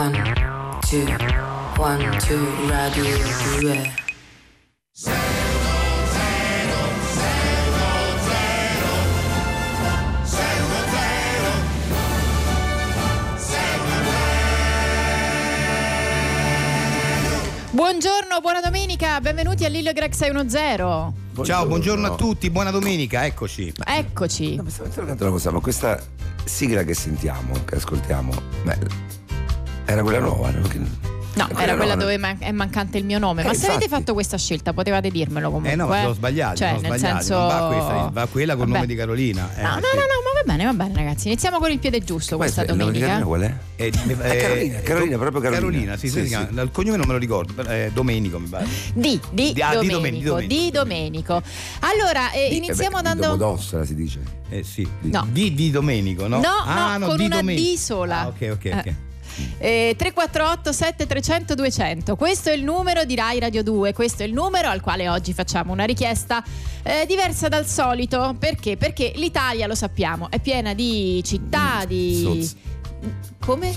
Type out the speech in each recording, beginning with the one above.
1, 2, Radio 2. Buongiorno, buona domenica, benvenuti a Lillo e Greg 610. Buongiorno. Ciao, buongiorno a tutti, buona domenica, eccoci. Eccoci. No, mi stavo interrogando una cosa, ma questa sigla che sentiamo, che ascoltiamo, era quella nuova, no? No, era quella dove è mancante il mio nome. Ma se avete fatto questa scelta potevate dirmelo comunque. No, ma sono sbagliati, cioè, sono nel sbagliati. senso... Non va questa, va quella col nome di Carolina. No, ma va bene ragazzi. Iniziamo con il piede giusto questa domenica. Qual è? Carolina, proprio Carolina. Carolina, sì. Il cognome non me lo ricordo, Domenico mi pare. Di Domenico. Allora, iniziamo dando... Domodossola si dice. Sì. No. Di Domenico, no? No, con una D sola. Ah, ok. 348 7300 200, questo è il numero di Rai Radio 2, questo è il numero al quale oggi facciamo una richiesta diversa dal solito. Perché? Perché l'Italia, lo sappiamo, è piena di città, come?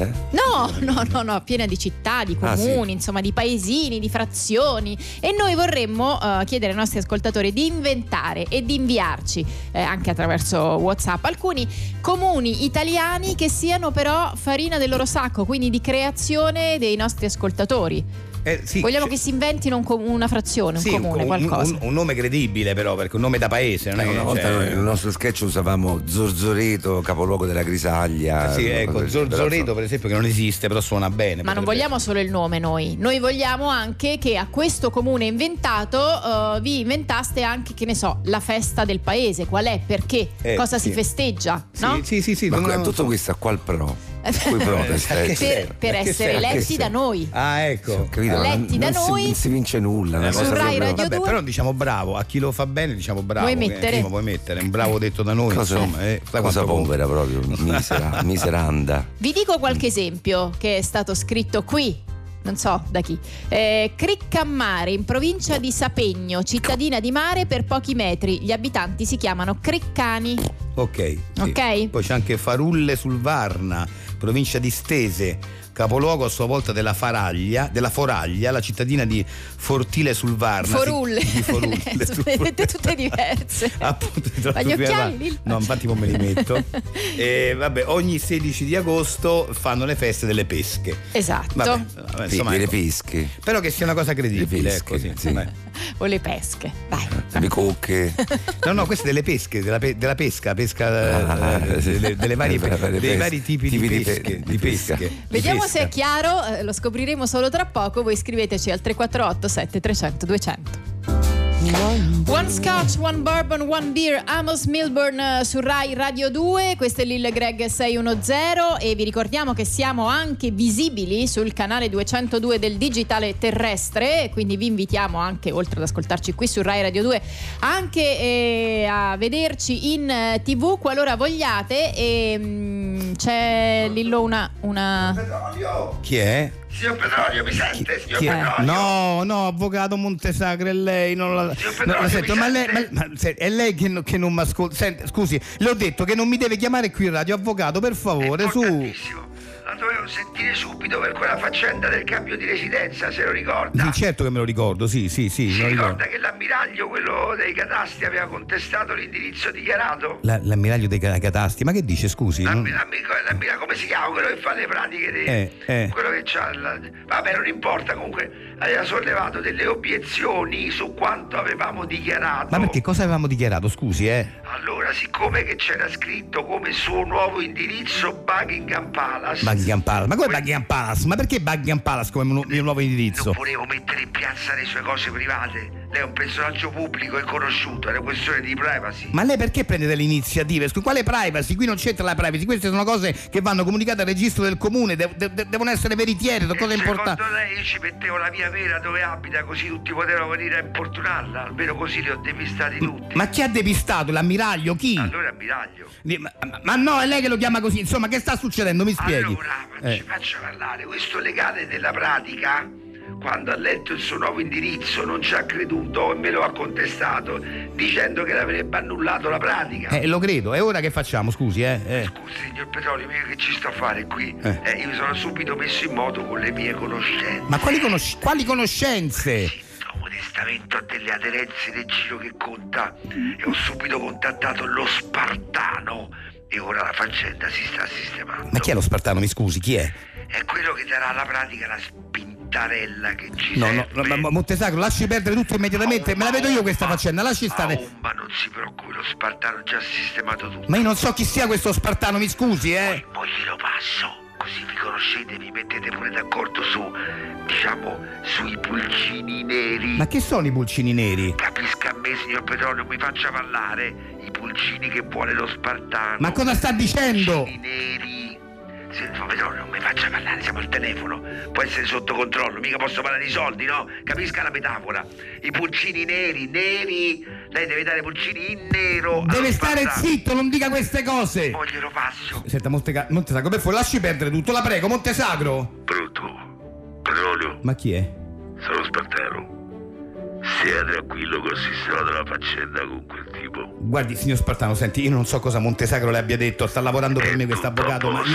No, piena di città, di comuni, insomma di paesini, di frazioni, e noi vorremmo chiedere ai nostri ascoltatori di inventare e di inviarci anche attraverso WhatsApp alcuni comuni italiani che siano però farina del loro sacco, quindi di creazione dei nostri ascoltatori. Vogliamo che si inventino una frazione, un comune, qualcosa. Un nome credibile, però, perché un nome da paese. Non è una volta noi nel nostro sketch usavamo Zorzoreto, capoluogo della Grisaglia. Sì, ecco, Zorzoreto per esempio, che non esiste, però suona bene. Ma non vogliamo solo il nome noi vogliamo anche che a questo comune inventato vi inventaste anche, che ne so, la festa del paese, qual è, perché, cosa si festeggia, no? Sì. Ma tutto questo a qual pro? Per essere eletti da noi. Ah, ecco. Eletti da noi. Non si vince nulla. Su Rai Radio 2. Però diciamo bravo, a chi lo fa bene diciamo bravo. Vuoi mettere? Puoi mettere un bravo detto da noi. Cosa povera proprio, miseranda. Vi dico qualche esempio che è stato scritto qui. Non so da chi. Criccammare, in provincia di Sapegno, cittadina di mare per pochi metri. Gli abitanti si chiamano Criccani. Ok. Ok. Poi c'è anche Farulle sul Varna, provincia di Stese, capoluogo a sua volta della Foraglia, la cittadina di Fortile sul Varna. Forulle. Vedete tutte diverse. Appunto, ma gli occhiali? No, infatti non me li metto. Ogni 16 di agosto fanno le feste delle pesche. Esatto. Le pesche. Però che sia una cosa credibile, ecco, sì. O le pesche, dai. Le cocche. No, queste delle pesche, della pesca delle varie dei vari tipi di pesche. Vediamo se è chiaro, lo scopriremo solo tra poco. Voi scriveteci al 348 7300 200. One Scotch, One Bourbon, One Beer, Amos Milburn su Rai Radio 2. Questo è Lil Greg 610 e vi ricordiamo che siamo anche visibili sul canale 202 del digitale terrestre, quindi vi invitiamo anche, oltre ad ascoltarci qui su Rai Radio 2, anche a vederci in TV qualora vogliate. E c'è Lillo una... Chi è? Signor Petrolio, mi sente? Signor Petrolio? No, avvocato Montesacre, è lei, non la sento, ma è lei che non mi ascolta. Senti, scusi, le ho detto che non mi deve chiamare qui in radio, avvocato, per favore, su. La dovevo sentire subito per quella faccenda del cambio di residenza, se lo ricorda. Sì, certo che me lo ricordo, sì. Si ricorda che l'ammiraglio, quello dei catastri, aveva contestato l'indirizzo dichiarato? L'ammiraglio dei catastri, ma che dice, scusi? L'ammiraglio, come si chiama? Quello che fa le pratiche quello che c'ha vabbè, non importa, comunque aveva sollevato delle obiezioni su quanto avevamo dichiarato. Ma perché cosa avevamo dichiarato, scusi, Allora, siccome che c'era scritto come suo nuovo indirizzo Buckingham Palace. Ma come Buckingham Palace? Ma perché Buckingham Palace come mio nuovo indirizzo? Non volevo mettere in piazza le sue cose private. Lei è un personaggio pubblico e conosciuto, è una questione di privacy. Ma lei perché prende delle iniziative? Quale privacy? Qui non c'entra la privacy, queste sono cose che vanno comunicate al registro del comune, devono essere veritiere, sono cose importanti. Secondo lei io ci mettevo la via vera dove abita, così tutti potevano venire a importunarla, almeno così li ho depistati tutti. Ma chi ha depistato? L'ammiraglio? Chi? Allora ammiraglio. Ma no, è lei che lo chiama così, insomma, che sta succedendo? Mi spieghi. Allora, ci faccia parlare, questo legale della pratica quando ha letto il suo nuovo indirizzo non ci ha creduto e me lo ha contestato dicendo che l'avrebbe annullato la pratica. Lo credo, e ora che facciamo, scusi? Scusi, signor Petrolio, che ci sto a fare qui? Io mi sono subito messo in moto con le mie conoscenze. Ma quali conoscenze? Un testamento a delle aderenze del giro che conta e ho subito contattato lo Spartano e ora la faccenda si sta sistemando. Ma chi è lo Spartano, mi scusi, chi è? È quello che darà alla pratica la spintarella che ci No, serve. ma Montesacro, lasci perdere tutto immediatamente, me la vedo io questa faccenda, lasci stare. Ma non si preoccupi, lo Spartano ha già sistemato tutto. Ma io non so chi sia questo Spartano, mi scusi, Poi glielo passo, così vi conoscete, vi mettete pure d'accordo sui pulcini neri. Ma che sono i pulcini neri? Capisca a me, signor Petrolio, mi faccia parlare. I pulcini che vuole lo Spartano. Ma cosa sta dicendo? Pulcini neri. Signor Petrolio, non mi faccia parlare, siamo al telefono. Può essere sotto controllo, mica posso parlare di soldi, no? Capisca la metafora. I pulcini neri. Lei deve dare pulcini in nero. Deve stare zitto, non dica queste cose. Poi glielo passo. Senta, Montesacro, per favore, lasci perdere tutto, la prego, Montesacro. Pronto? Petrolio? Ma chi è? Sono Spartano. Sia tranquillo che ho sistemato la faccenda con quel tipo. Guardi, signor Spartano, senti, io non so cosa Montesacro le abbia detto, sta lavorando per me questo avvocato, ma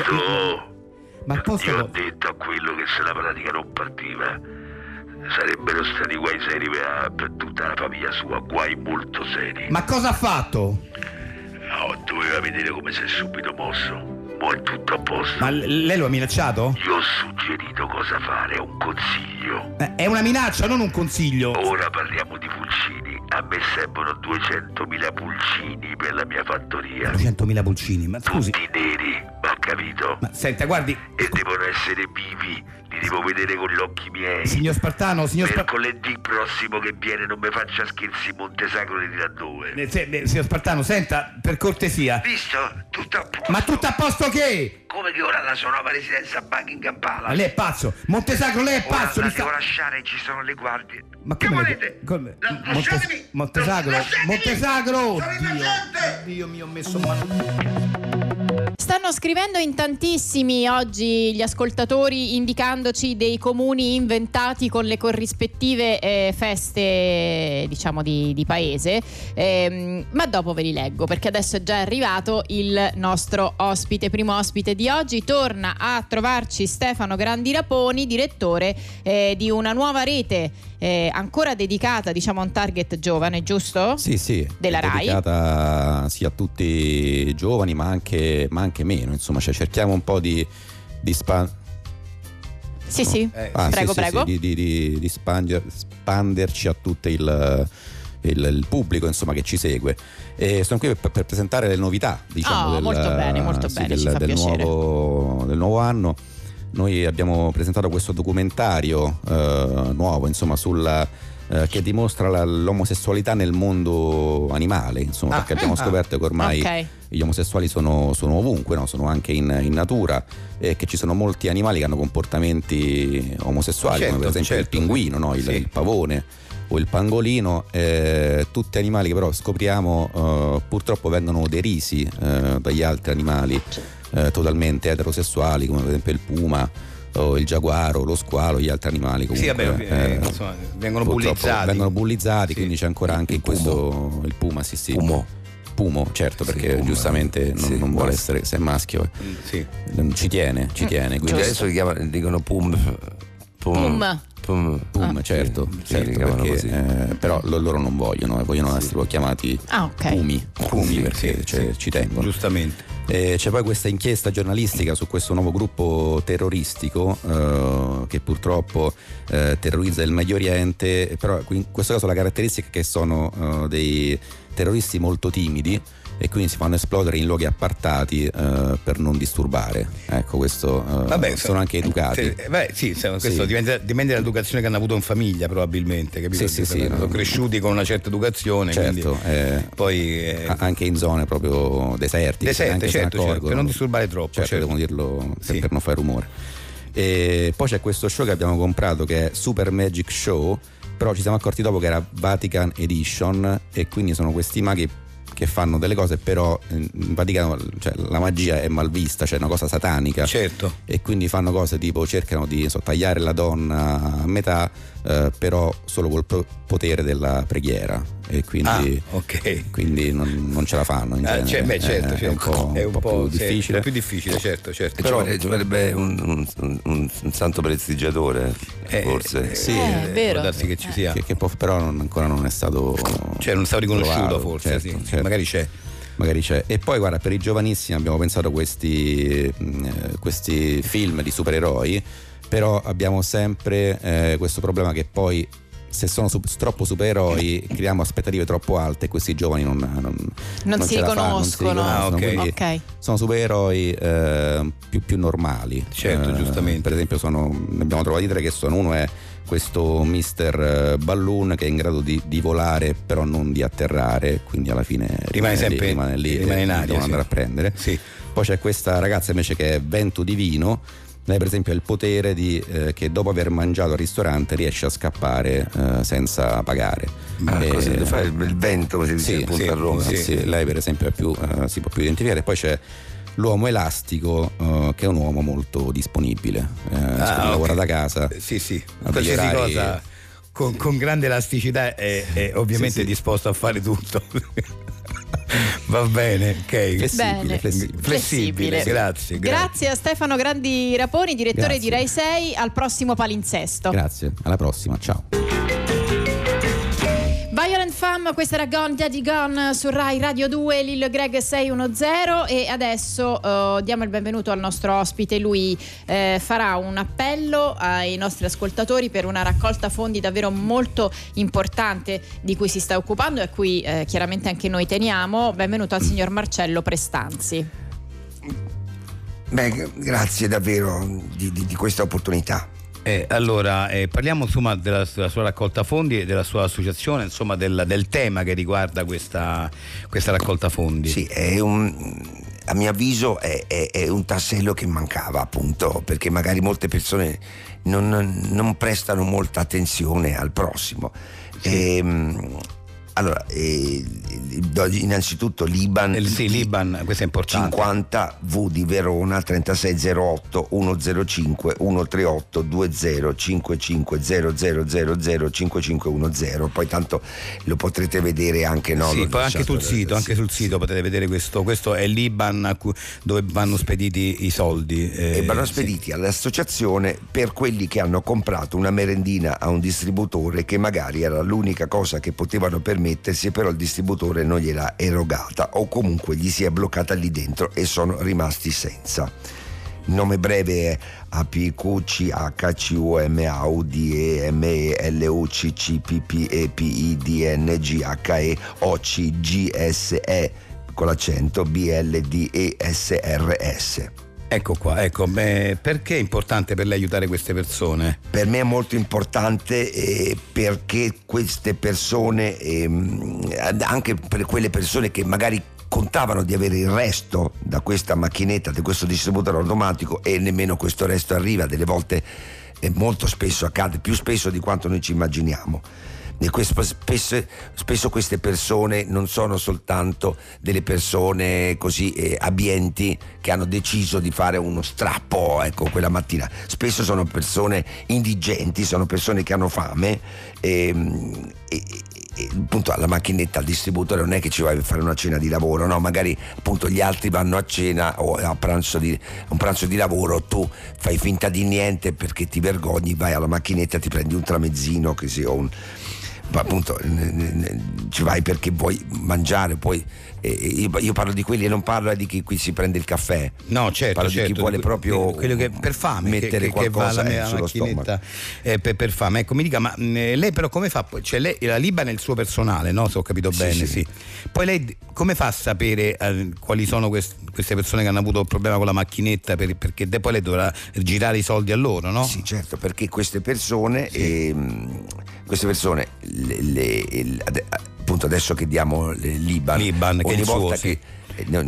io ho detto a quello che se la pratica non partiva sarebbero stati guai seri per tutta la famiglia sua, guai molto seri. Ma cosa ha fatto? No, doveva vedere come si è subito mosso. Mo' è tutto a posto. Ma lei lo ha minacciato? Io ho suggerito cosa fare, un consiglio. È una minaccia, non un consiglio. Ora parliamo di pulcini. A me servono 200.000 pulcini per la mia fattoria. 200.000 pulcini, ma scusi. Tutti neri, ma capito? Ma senta, guardi. E devono essere vivi, li devo vedere con gli occhi miei. Signor Spartano, Mercoledì prossimo che viene non mi faccia scherzi, Montesacro di là dove. Signor Spartano, senta, per cortesia. Visto? Tutto a posto. Ma tutto a posto che? Come che ora la sua nuova residenza a Buckingham Palace? Ma lei è pazzo. Montesacro, lei è pazzo. Ora la devo lasciare, ci sono le guardie. Ma che volete? Lasciatemi! Montesacro, Dio mio, ho messo mano. Stanno scrivendo in tantissimi oggi gli ascoltatori indicandoci dei comuni inventati con le corrispettive feste, diciamo, di paese, ma dopo ve li leggo perché adesso è già arrivato il nostro ospite, primo ospite di oggi. Torna a trovarci Stefano Grandi Raponi, direttore di una nuova rete ancora dedicata, diciamo, a un target giovane, giusto? Sì, della Rai, dedicata sia a tutti i giovani ma anche meno, insomma, cioè cerchiamo un po' di prego. Di spanderci a tutto il pubblico, insomma, che ci segue. E sono qui per presentare le novità, diciamo, molto bene, ci fa piacere. Del nuovo anno. Noi abbiamo presentato questo documentario nuovo, insomma, che dimostra l'omosessualità nel mondo animale, insomma, perché abbiamo scoperto che ormai gli omosessuali sono ovunque, no? Sono anche in natura, e che ci sono molti animali che hanno comportamenti omosessuali, come per esempio il pinguino, no? Il pavone o il pangolino, tutti animali che però scopriamo purtroppo vengono derisi dagli altri animali totalmente eterosessuali, come per esempio il puma o il giaguaro, lo squalo, gli altri animali comunque insomma, vengono bullizzati, sì. Quindi c'è ancora anche in questo il puma, sì. Pumo, certo, perché Puma, giustamente non vuole essere, se è maschio, ci tiene, quindi adesso dicono Pum, certo, perché però loro non vogliono essere chiamati Pumi perché ci tengono, giustamente. C'è poi questa inchiesta giornalistica su questo nuovo gruppo terroristico che purtroppo terrorizza il Medio Oriente, però in questo caso la caratteristica è che sono dei terroristi molto timidi e quindi si fanno esplodere in luoghi appartati per non disturbare. Ecco, questo sono anche educati. Questo dipende dall'educazione che hanno avuto in famiglia, probabilmente, capito? Sono cresciuti con una certa educazione, certo, poi anche in zone proprio desertiche, certo, per non disturbare troppo, certo. Devo dirlo per non fare rumore. E poi c'è questo show che abbiamo comprato che è Super Magic Show, però ci siamo accorti dopo che era Vatican Edition, e quindi sono questi maghi che fanno delle cose, però in Vaticano, cioè, la magia è mal vista, cioè è una cosa satanica. Certo. E quindi fanno cose tipo cercano di tagliare la donna a metà, però solo col potere della preghiera, e quindi, quindi non ce la fanno in genere. Certo, è un po' più difficile. È più difficile, certo. Però ci vorrebbe un santo prestigiatore, forse. Sì, è vero. Può darsi che ci sia. Che però ancora non è stato, cioè non è stato riconosciuto, provato, forse, certo, sì. certo. Magari c'è. E poi guarda, per i giovanissimi abbiamo pensato questi film di supereroi, però abbiamo sempre questo problema che poi, se sono troppo supereroi, creiamo aspettative troppo alte e questi giovani non si ce la fanno, riconoscono. quindi Ok. sono supereroi più normali. Certo, giustamente. Per esempio ne abbiamo trovati 3 che sono: uno è questo Mr. Balloon, che è in grado di volare però non di atterrare, quindi alla fine rimane lì in aria, devono andare a prendere. Sì. Poi c'è questa ragazza invece che è vento divino. Lei per esempio ha il potere che dopo aver mangiato al ristorante riesce a scappare senza pagare. Cosa fa il vento, come si dice appunto a Roma. Sì, lei per esempio si può più identificare. Poi c'è l'uomo elastico, che è un uomo molto disponibile, lavora da casa. Sì. Qualsiasi cosa con grande elasticità è ovviamente disposto a fare tutto. Va bene, ok. Flessibile. Grazie a Stefano Grandi Raponi, direttore di Rai 6. Al prossimo palinsesto. Grazie, alla prossima, ciao. Violent Femme, questa era Gone Daddy Gone su Rai Radio 2, Lil Greg 610. E adesso diamo il benvenuto al nostro ospite. Lui farà un appello ai nostri ascoltatori per una raccolta fondi davvero molto importante di cui si sta occupando e a cui chiaramente anche noi teniamo. Benvenuto al signor Marcello Prestanzi. Grazie davvero di questa opportunità. Allora, parliamo insomma della sua raccolta fondi e della sua associazione, insomma del tema che riguarda questa raccolta fondi. Sì, a mio avviso è un tassello che mancava, appunto, perché magari molte persone non prestano molta attenzione al prossimo. Sì. Allora, innanzitutto l'Iban, l'Iban, questo è importante. 50 V di Verona 3608 105 138 20 55 0000 5510. Poi tanto lo potrete vedere anche poi anche sul sito, potete vedere questo è l'Iban dove vanno spediti i soldi e vanno spediti all'associazione per quelli che hanno comprato una merendina a un distributore che magari era l'unica cosa che potevano permettersi, però il distributore non gliel'ha erogata o comunque gli si è bloccata lì dentro e sono rimasti senza. Il nome breve è APQCHUMAUDEMELUCCPPEPIDNGHE con l'accento BLDESRS. Ecco qua, perché è importante per lei aiutare queste persone? Per me è molto importante perché queste persone, anche per quelle persone che magari contavano di avere il resto da questa macchinetta, da questo distributore automatico, e nemmeno questo resto arriva, delle volte molto spesso accade, più spesso di quanto noi ci immaginiamo. E spesso queste persone non sono soltanto delle persone così abbienti che hanno deciso di fare uno strappo quella mattina, spesso sono persone indigenti, sono persone che hanno fame e appunto alla macchinetta, al distributore non è che ci vai a fare una cena di lavoro, no, magari appunto gli altri vanno a cena o a un pranzo di lavoro, tu fai finta di niente perché ti vergogni, vai alla macchinetta, ti prendi un tramezzino che sia appunto ci vai perché vuoi mangiare, poi io parlo di quelli e non parlo di chi qui si prende il caffè. No, certo, parlo di chi vuole proprio quello che per fame mettere qualcosa che va alla macchinetta per fame. Ecco, mi dica, ma lei però come fa? Cioè lei, la Liban è il suo personale, no? Se ho capito bene, sì. Poi lei come fa a sapere quali sono queste persone che hanno avuto un problema con la macchinetta, perché poi lei dovrà girare i soldi a loro, no? Sì, certo, perché queste persone appunto adesso che diamo l'Iban ogni volta che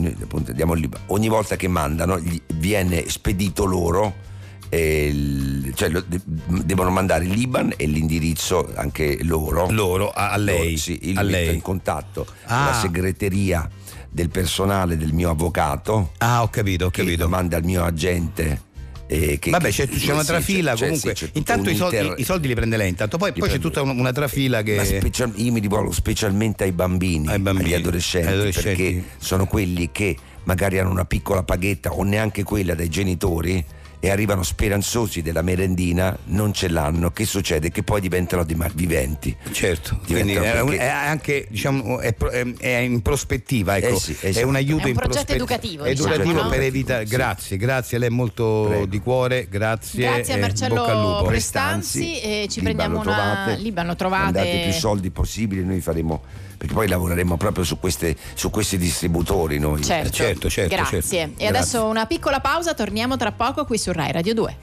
diamo l'Iban, ogni volta che mandano viene spedito loro cioè devono mandare l'Iban e l'indirizzo anche loro a lei. Sì, io a li metto lei. in contatto con la segreteria del personale del mio avvocato. Ho capito. Che lo manda al mio agente. Vabbè, c'è una trafila comunque. c'è intanto i soldi li prende lei, intanto poi c'è tutta una trafila che. Io mi rivolgo specialmente ai bambini, agli adolescenti, perché sono quelli che magari hanno una piccola paghetta o neanche quella dai genitori e arrivano speranzosi della merendina, non ce l'hanno. Che succede? Che poi diventano dei malviventi. Certo, quindi è anche, diciamo, è in prospettiva, ecco. È un aiuto, è un progetto educativo no? Per evitare. Sì. Grazie, lei è molto di cuore, grazie a Marcello bocca al lupo. Prestanzi, e ci prendiamo una Libano, trovate, mandate più soldi possibili, noi faremo, perché poi lavoreremo proprio su questi distributori noi. Certo. Grazie. E adesso una piccola pausa, torniamo tra poco qui su Rai Radio 2.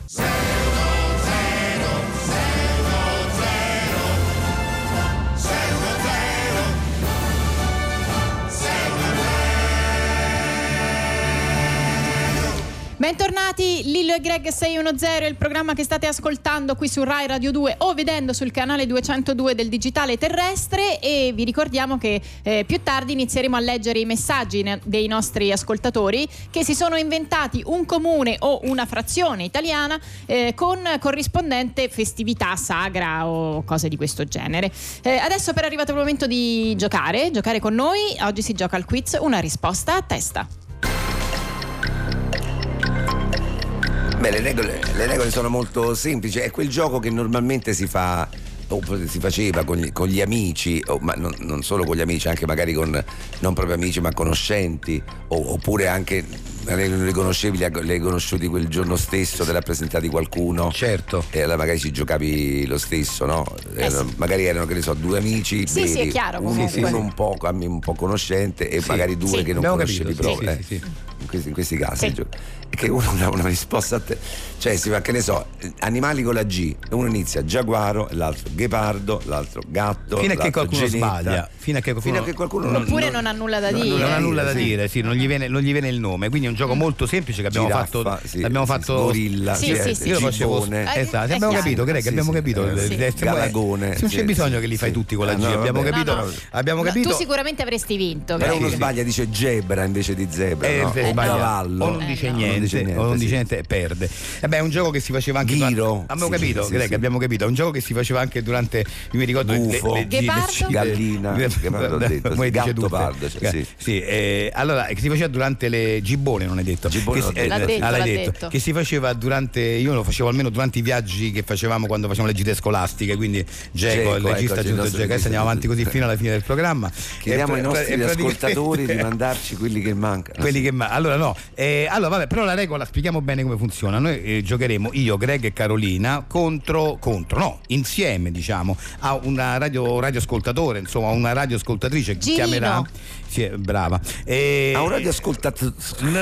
Bentornati, Lillo e Greg 610, il programma che state ascoltando qui su Rai Radio 2 o vedendo sul canale 202 del digitale terrestre, e vi ricordiamo che più tardi inizieremo a leggere i messaggi dei nostri ascoltatori che si sono inventati un comune o una frazione italiana con corrispondente festività, sagra o cose di questo genere. Adesso però è arrivato il momento di giocare con noi. Oggi si gioca al quiz Una risposta a testa. Beh, le regole sono molto semplici, è quel gioco che normalmente si fa o si faceva con gli amici, ma non solo con gli amici, anche magari con non proprio amici ma conoscenti, oppure anche magari non li conoscevi, li hai conosciuti quel giorno stesso, te l'ha presentati qualcuno, certo, e allora magari ci giocavi lo stesso, no? Magari erano, che ne so, due amici, sì, è chiaro, uno un po' conoscente e magari due che non conoscevi proprio. In questi casi che uno ha una risposta a te, cioè si fa, che ne so, animali con la G, uno inizia giaguaro, l'altro ghepardo, l'altro gatto, fino a che qualcuno genetta, sbaglia, fino a che qualcuno oppure non ha nulla da dire, non ha nulla da dire, sì, non gli viene il nome. Quindi è un gioco molto semplice che abbiamo fatto gorilla, io lo facevo, esatto, abbiamo capito, Greg, abbiamo capito, galagone, non c'è bisogno che li fai tutti con la G, abbiamo capito. Tu sicuramente avresti vinto, però uno sbaglia, dice zebra invece di zebra, cavallo, o non dice niente e perde. È un gioco che si faceva anche Ghiro, abbiamo capito, Greg, abbiamo capito, è un gioco che si faceva anche durante, io mi ricordo, gallina, gatto pardo, allora che si faceva durante le gibbone, non è detto, l'ha detto, che si faceva durante, io lo facevo almeno durante i viaggi che facevamo quando facevamo le gite scolastiche, quindi Geco, il regista Giusto Geco. Adesso andiamo avanti così fino alla fine del programma. Chiediamo ai nostri ascoltatori di mandarci quelli che mancano. Allora vabbè, però la regola spieghiamo bene come funziona. Noi giocheremo io, Greg e Carolina insieme, diciamo, a una radioascoltatore, insomma, a una radioascoltatrice che chiamerà. Sì, brava. A un radioascoltatore.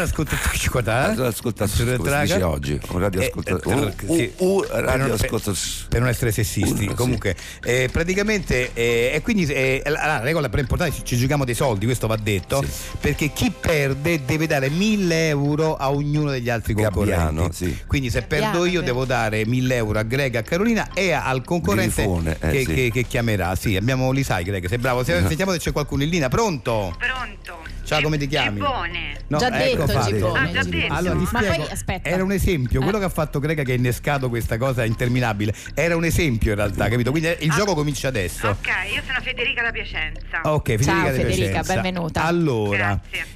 Dice oggi. Un radioascoltatore. Per non essere sessisti. Comunque, praticamente, e quindi la regola più importante, ci giochiamo dei soldi, questo va detto, perché chi perde deve dare 1.000 euro a ognuno degli altri concorrenti. Quindi se perdo io devo dare 1.000 euro a Greg, a Carolina e al concorrente che chiamerà. Sì, li sai, Greg, sei bravo. Sentiamo se c'è qualcuno in linea. Pronto? Ciao, come ti chiami? Gibbone. No, già detto Gibbone. Già detto. Allora ti spiego, ma poi aspetta, era un esempio, quello che ha fatto Greg, che ha innescato questa cosa interminabile, era un esempio in realtà, capito? Quindi il gioco comincia adesso. Ok, io sono Federica da Piacenza. Ciao Federica, benvenuta. Allora, grazie.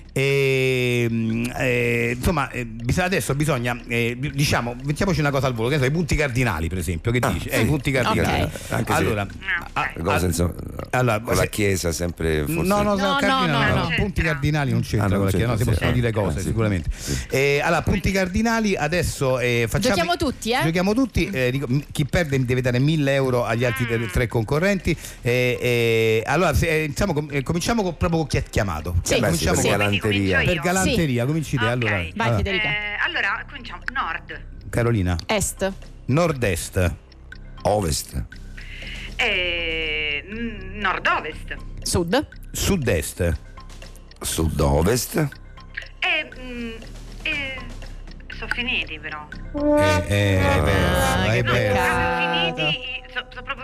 Insomma, adesso bisogna diciamo, mettiamoci una cosa al volo, che sono i punti cardinali, per esempio, che dici? I punti cardinali. Anche allora, con la chiesa sempre forse... No, punti cardinali non c'entra con la chiesa, si possono dire cose sicuramente. Allora, punti cardinali, adesso facciamo giochiamo tutti, chi perde deve dare 1.000 euro agli altri tre concorrenti. Allora, diciamo, cominciamo proprio con chi è chiamato. Cominciamo per galanteria, cominci te. Allora, vai Federica. Allora cominciamo. Nord. Carolina. Est. Nord-est. Ovest. Nord-ovest. Sud. Sud-est. Sud-ovest. Sono finiti però.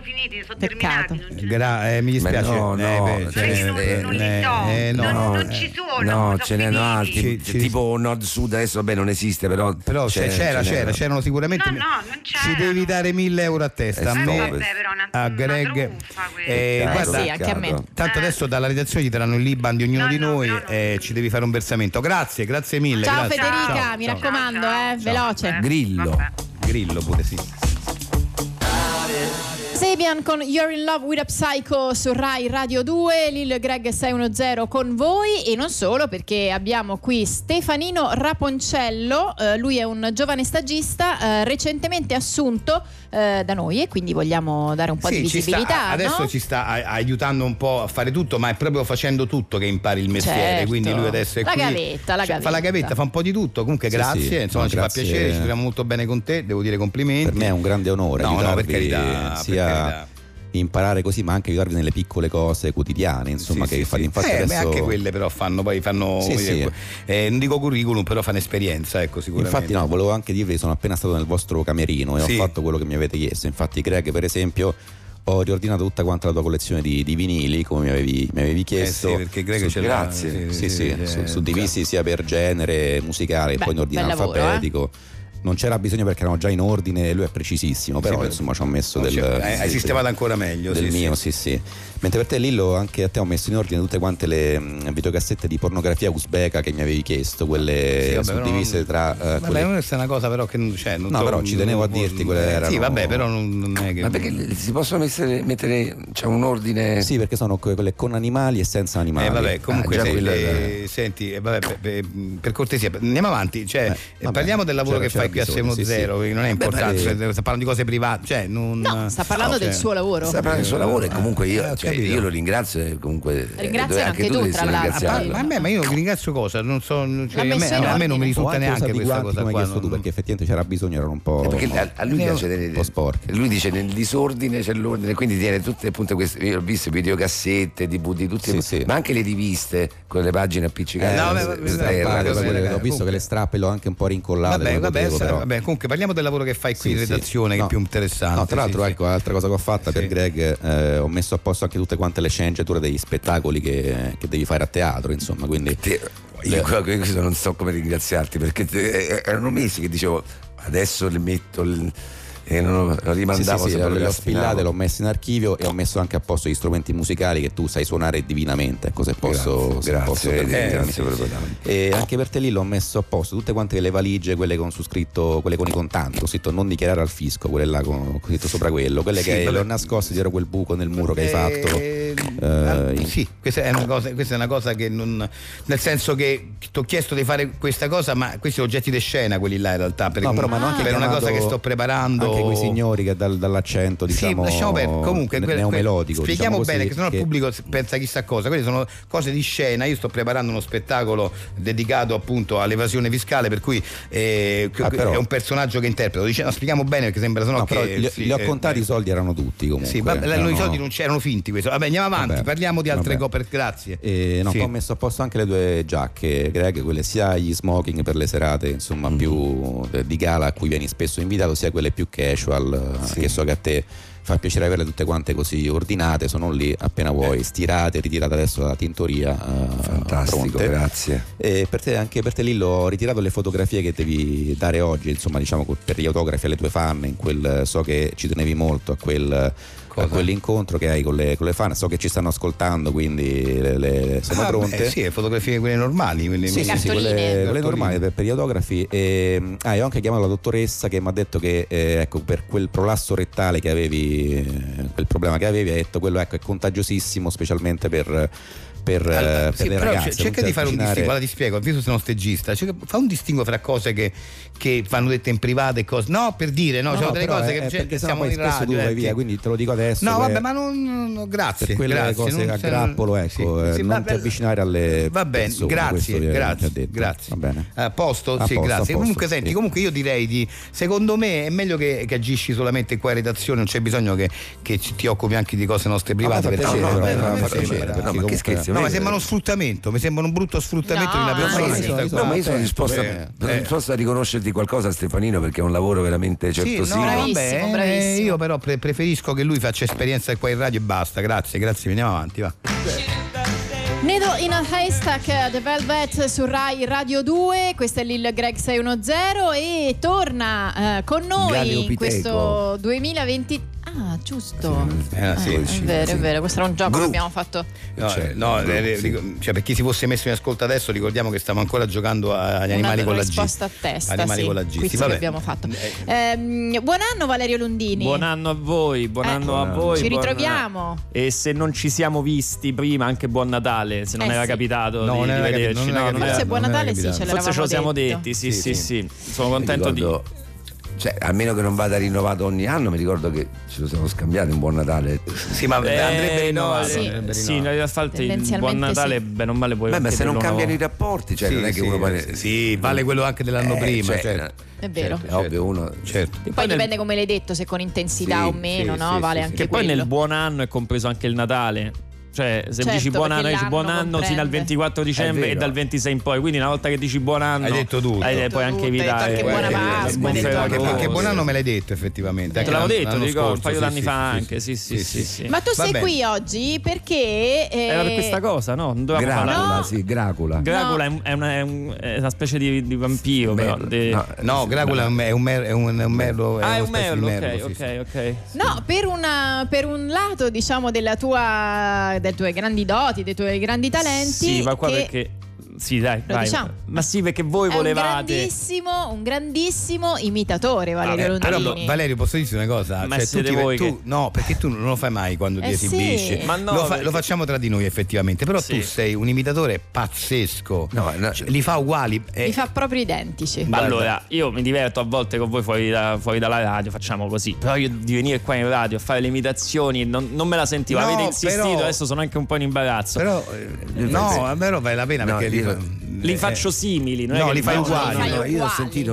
finiti, sono Peccato. terminati. Non Mi dispiace. No, non ci sono. No, ce n'erano altri, Sì. tipo Nord-Sud, adesso vabbè non esiste, però c'erano sicuramente. No, non c'era. Ci devi dare 1.000 euro a testa. A me, vabbè, però a Greg. Guarda, sì, anche a me. tanto adesso dalla redazione ti daranno il Liban di ognuno di noi e ci devi fare un versamento. Grazie mille. Ciao grazie. Federica, Ciao, mi ciao. raccomando, Ciao. veloce. Grillo. Grillo pure sì. Sabian con You're in Love with a Psycho su Rai Radio 2, Lil Greg 610 con voi, e non solo, perché abbiamo qui Stefanino Raponcello, lui è un giovane stagista recentemente assunto da noi, e quindi vogliamo dare un po' di visibilità. Adesso no? ci sta aiutando un po' a fare tutto, ma è proprio facendo tutto che impari il mestiere, Certo. quindi lui adesso è La qui. gavetta, Fa la gavetta, fa un po' di tutto. Comunque Sì, grazie, sì. insomma, No, ci grazie. fa piacere, ci troviamo molto bene con te, devo dire complimenti. Per me è un grande onore No, per aiutarvi, carità, sia per carità. imparare così, ma anche aiutarvi nelle piccole cose quotidiane, insomma, Sì, che sì, fate. sì. Infatti Beh, adesso anche quelle però fanno Sì, come sì. dire, non dico curriculum, però fanno esperienza, ecco, sicuramente. Infatti no, volevo anche dirvi, sono appena stato nel vostro camerino e Sì. ho fatto quello che mi avete chiesto. Infatti Greg, per esempio, ho riordinato tutta quanta la tua collezione di vinili, come mi avevi chiesto. Sì, perché Greg ce l'ha. Grazie. Sì, suddivisi sia per genere musicale, Beh, poi in ordine bel lavoro, alfabetico. Non c'era bisogno perché erano già in ordine, lui è precisissimo, però Sì, insomma ci ho messo hai sistemato ancora meglio. del mio, sì. Mentre per te, Lillo, anche a te ho messo in ordine tutte quante le videocassette di pornografia uzbeka che mi avevi chiesto, quelle Sì, vabbè, suddivise tra Vabbè, questa è una cosa però che non c'è. No, però ci tenevo a dirti quelle erano. Sì, vabbè, però non è che. Ma perché si possono mettere c'è un ordine? Sì, perché sono quelle con animali e senza animali. Vabbè, comunque già senti, per cortesia, andiamo avanti. Cioè, vabbè, parliamo del lavoro che c'era fai qui a bisogno, 610, che non è importante, sta parlando di cose private. Cioè, No, sta parlando del suo lavoro. Sta parlando del suo lavoro e comunque io lo ringrazio e comunque Ringrazio anche tu, devi tra l'altro. Ma io ringrazio cosa? Non so, cioè, L'ha messo in a me non mi ordine. risulta O anche neanche usati questa guanti, cosa come qua. hai chiesto tu, perché effettivamente c'era bisogno, erano un po'. Perché a lui piace un po' sporchi. lui dice nel disordine c'è l'ordine, quindi tiene tutte appunto queste, io ho visto videocassette, DVD, tutte, Sì. ma anche le riviste con le pagine appiccicate. Ho visto che le strappe l'ho anche un po' rincollate. Vabbè, comunque parliamo del lavoro che fai qui in redazione, che è più interessante. No, tra l'altro, ecco, altra cosa che ho fatto per Greg, ho messo a posto anche tutte quante le sceneggiature degli spettacoli che devi fare a teatro, insomma, quindi Io questo non so come ringraziarti, perché erano mesi che dicevo adesso le metto e non lo rimandavo. Sì, le ho spillate, l'ho messo in archivio e ho messo anche a posto gli strumenti musicali che tu sai suonare divinamente, ecco, se posso grazie proprio tanto. E anche per te lì l'ho messo a posto tutte quante le valigie, quelle con su scritto, quelle con i contanti, con scritto non dichiarare al fisco, quelle là con scritto sopra quello, quelle che le ho nascoste dietro quel buco nel muro che hai fatto. Sì, questa è una cosa che non, nel senso che ti ho chiesto di fare questa cosa, ma questi sono oggetti di scena, quelli là in realtà, per una cosa che sto preparando. Anche quei signori che dall'accento, diciamo, sì, lasciamo perdere. Comunque neomelodico, spieghiamo diciamo bene, così, che sennò il pubblico pensa chissà cosa. Quelle sono cose di scena. Io sto preparando uno spettacolo dedicato appunto all'evasione fiscale, per cui è un personaggio che interpreto. Spieghiamo bene, perché sembra sennò che li ho contati, i soldi erano tutti comunque. Sì, i soldi non c'erano, finti questo. Vabbè, andiamo avanti, parliamo di altre cose, grazie. Poi ho messo a posto anche le due giacche, Greg, quelle sia gli smoking per le serate, insomma, più di gala a cui vieni spesso invitato, sia quelle più casual, che so che a te fa piacere averle tutte quante così ordinate, sono lì appena vuoi, stirate, ritirate adesso dalla tintoria. Fantastico, pronte. grazie. E anche per te Lillo ho ritirato le fotografie che devi dare oggi, insomma, diciamo, per gli autografi alle tue fan, so che ci tenevi molto a quell'incontro che hai con le fan, so che ci stanno ascoltando, quindi sono pronte. Sì, fotografie quelle normali, quelle normali per gli autografi. E ho anche chiamato la dottoressa che mi ha detto che ecco, per quel prolasso rettale che avevi, quel problema che avevi, ha detto quello, ecco, è contagiosissimo, specialmente per le ragazze. Cerca di fare un distinguo, guarda, ti spiego, visto che sono stegista, fa un distinguo fra cose che vanno dette in privato e cose, no, per dire, no, c'è delle cose che perché siamo in spesso radio, tu vai via, quindi te lo dico adesso. No, vabbè, ma non grazie. Per quelle cose a grappolo, ecco, non ti avvicinare alle va bene, persone, grazie. Va bene. A posto, grazie. Posto, comunque senti, comunque io direi secondo me è meglio che agisci solamente qua in redazione, non c'è bisogno che ti occupi anche di cose nostre private, ma che scherzi, effettivamente. No, ma sembra uno sfruttamento, mi sembra un brutto sfruttamento No, di una persona sì. che sta No, ma io sono attento, disposto a riconoscerti qualcosa, Stefanino, perché è un lavoro veramente Sì, certosino. no, Bravissimo, vabbè, bravissimo. io però preferisco che lui faccia esperienza qua in radio e basta. Grazie, andiamo avanti, va. Needle in a Haystack, The Velvet su Rai Radio 2. Questo è Lil Greg 610 e torna con Galio noi in Piteco. questo 2020. Ah, giusto. Sì, È vero, è vero. Questo era un gioco che abbiamo fatto. Cioè, per chi si fosse messo in ascolto adesso, ricordiamo che stiamo ancora giocando agli animali con la G. risposta a testa. Animali sì. con la G. Quiz Sì, che vabbè. abbiamo fatto. Buon anno, Valerio Lundini. Buon anno a voi, buon anno a voi. Ci buon- ritroviamo. E se non ci siamo visti prima, anche buon Natale, se non era sì. capitato No, di non era vederci. capitato, non era non capitato. Forse buon non era Natale sì, capitato. ce Forse ce lo siamo detto. detti, sì. Sono contento di... Cioè, a meno che non vada rinnovato ogni anno, mi ricordo che ce lo siamo scambiati un buon Natale. Sì, ma andrebbe rinnovato. sì. andrebbe Sì, rinnovato. in realtà il Tendenzialmente buon Natale, sì. bene o male puoi Beh, ma anche se non dirlo cambiano i nuovo. rapporti, cioè Sì, non è che sì, uno pare... sì, vale quello anche dell'anno prima, cioè, certo. È vero. È ovvio, uno... Certo. Poi dipende come l'hai detto, se con intensità Sì, o meno, sì, no? sì, Vale sì, anche Che poi quello. nel buon anno è compreso anche il Natale. Cioè, se Certo, dici buon perché anno, dici buon l'anno anno fino al comprende. 24 dicembre È e vero. dal 26 in poi. Quindi una volta che dici buon anno, Hai detto tutto. puoi Detto anche tutto, hai evitare. detto anche buona Pasqua, buon hai detto anche Ferragosto. Che buon anno me l'hai detto effettivamente. Te anche l'avevo detto, l'anno ti ricordo, un scorso, paio sì, d'anni sì, fa sì, anche. Sì. Ma tu sei Vabbè. qui oggi perché Era per questa cosa, no? Non dovevamo Gracula, parlare. No. sì, Gracula. Gracula è una specie di vampiro, però. No, Gracula è un merlo. Ah, è una un specie di merlo, sì, ok. No, per un lato, diciamo, delle tue grandi doti, dei tuoi grandi talenti. Sì, ma qua che perché... Sì, dai, Lo vai. diciamo. Ma sì, perché voi è volevate... un grandissimo imitatore, Valerio Però Lundini. Valerio, posso dirti una cosa? Ma Cioè, siete tu voi che- no, perché tu non lo fai mai quando ti sì. esibisci. Ma no, lo perché- facciamo tra di noi effettivamente. Però Sì. tu sei un imitatore pazzesco. No, Cioè, li fa uguali. Li fa proprio identici. Guarda. Allora, io mi diverto a volte con voi fuori dalla radio, facciamo così. Però io di venire qua in radio a fare le imitazioni non me la sentivo. No, Avete insistito, però- adesso sono anche un po' in imbarazzo. Però no, però vale la pena No, perché li faccio simili, non è no, che li fai uguali. Li fai io ho uguali. sentito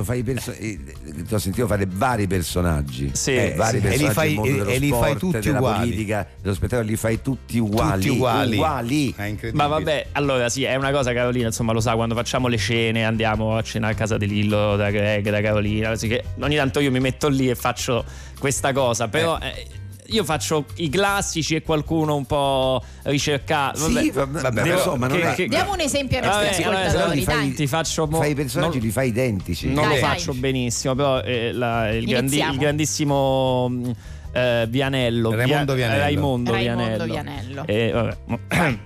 ti ho sentito fare vari personaggi. Sì, vari sì. personaggi E li fai- del mondo dello e li fai sport, tutti della uguali. politica, dello spettacolo, li fai tutti uguali. Tutti uguali. Uguali. È incredibile. Ma vabbè, allora sì, è una cosa, Carolina, insomma, lo sa, quando facciamo le cene, andiamo a cena a casa di Lillo, da Greg, da Carolina, così che ogni tanto io mi metto lì e faccio questa cosa, però io faccio i classici e qualcuno un po' ricercato. Sì, vabbè, Devo- insomma, non è... Diamo un esempio ai nostri Vabbè, allora, ascoltatori, però dai. ti faccio fai i personaggi, non- li fai identici. Non Dai, lo dai. faccio benissimo, però Iniziamo. il grandissimo Vianello, Raimondo Vianello. Raimondo Raimondo Vianello. Vianello. Vabbè.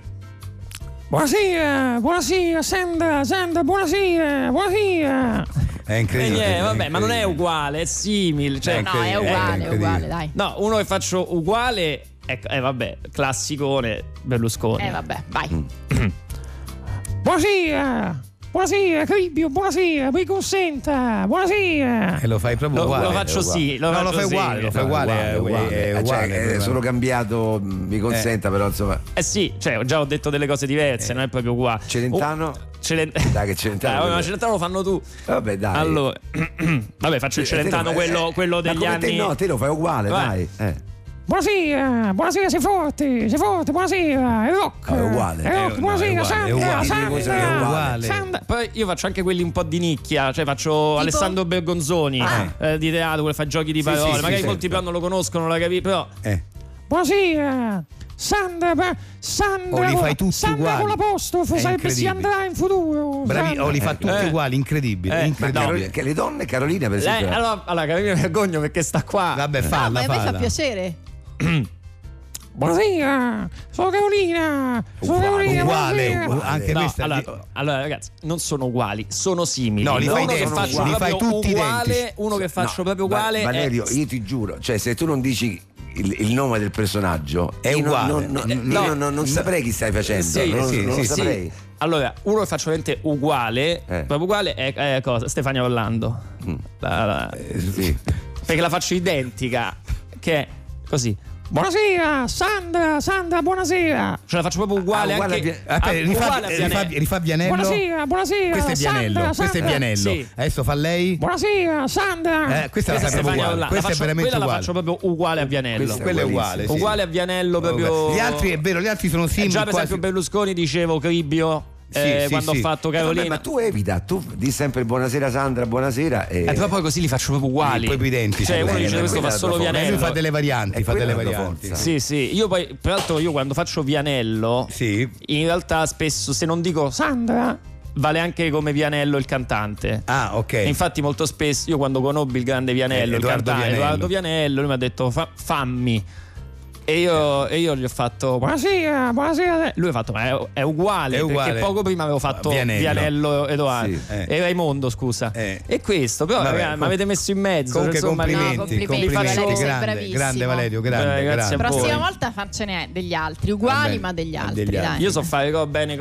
Buonasera, Sandra, buonasera. È incredibile. Vabbè, ma non è uguale, è simile. Cioè, No, è uguale, dai. no, uno che faccio uguale, vabbè, classicone Berlusconi. Vabbè, vai. Buonasera, Cribbio, buonasera, mi consenta, buonasera. E lo fai proprio uguale. Lo faccio sì, lo No, faccio lo fai sì. uguale, lo fai uguale. È uguale. Cioè, solo cambiato, mi consenta, però insomma. Sì, cioè, già ho detto delle cose diverse, non è proprio uguale. Celentano? Dai, che Celentano. ma Celentano lo fanno tu. Vabbè, dai. Allora, vabbè, faccio il Celentano, quello degli ma come anni. te no, te lo fai uguale, Vai. dai. Buonasera, sei forte, buonasera, è rock. No, è uguale. È rock, buonasera, uguale. Sandra. Poi io faccio anche quelli un po' di nicchia, cioè faccio Alessandro Bergonzoni di teatro, quello fa giochi di parole. sì, Magari sì, molti certo. però non lo conoscono, non la capiscono, però Buonasera, Sandra, O li fai tutti Sandra uguali. con l'apostrofo, È sarebbe si incredibile. andrà in futuro. Bravi, Sandra. o li fa tutti uguali, incredibile. incredibile. No, che le donne, Carolina, per esempio. allora Carolina vergogno perché sta qua. Vabbè, No, falla, ma a me fa falla. piacere. Buonasera, sono Carolina. Uguale, buonasera. anche No, questa. allora, ragazzi, non sono uguali, sono simili. No, li fai uno che identici, faccio li fai proprio tutti uguale, identici. uno che faccio proprio uguale. Valerio, io ti giuro, cioè se tu non dici il nome del personaggio È io uguale. non saprei chi stai facendo. Sì, non sì, lo sì, saprei. Allora, uno che faccio veramente uguale, proprio uguale è cosa? Stefania Orlando. Sì. Perché la faccio identica, che è così. Buonasera, Sandra, buonasera. Ce la faccio proprio uguale, uguale anche Aspetta, uguale rifà Vianello. Buonasera. Questo è Vianello, Sandra. questo è Vianello. Sì. Adesso fa lei. Buonasera, Sandra. Questa è la proprio uguale. Questa è veramente quella uguale. la faccio proprio uguale a Vianello. Quella è uguale. Sì. Uguale a Vianello proprio. Gli altri, è vero, gli altri sono simili. Già per esempio Berlusconi dicevo Cribio. Quando ho fatto Carolina. Vabbè, ma tu evita, tu di sempre buonasera Sandra, buonasera. Però poi così li faccio proprio uguali. Poi più identici. Cioè uno dice questo fa solo Vianello. Lui fa delle varianti, Sì. Io poi, peraltro, quando faccio Vianello, in realtà spesso, se non dico Sandra, vale anche come Vianello il cantante. Ah, ok. E infatti molto spesso io quando conobbi il grande Vianello, il cantante Edoardo Vianello, lui mi ha detto fammi. E io gli ho fatto buonasera. Lui ha fatto ma è uguale, perché poco prima avevo fatto Vianello Edoardo e Raimondo, scusa. E questo però mi avete messo in mezzo. Comunque insomma, complimenti, grande Valerio, grande. Prossima volta faccene degli altri uguali, ma degli altri. Dai. Io so fare bene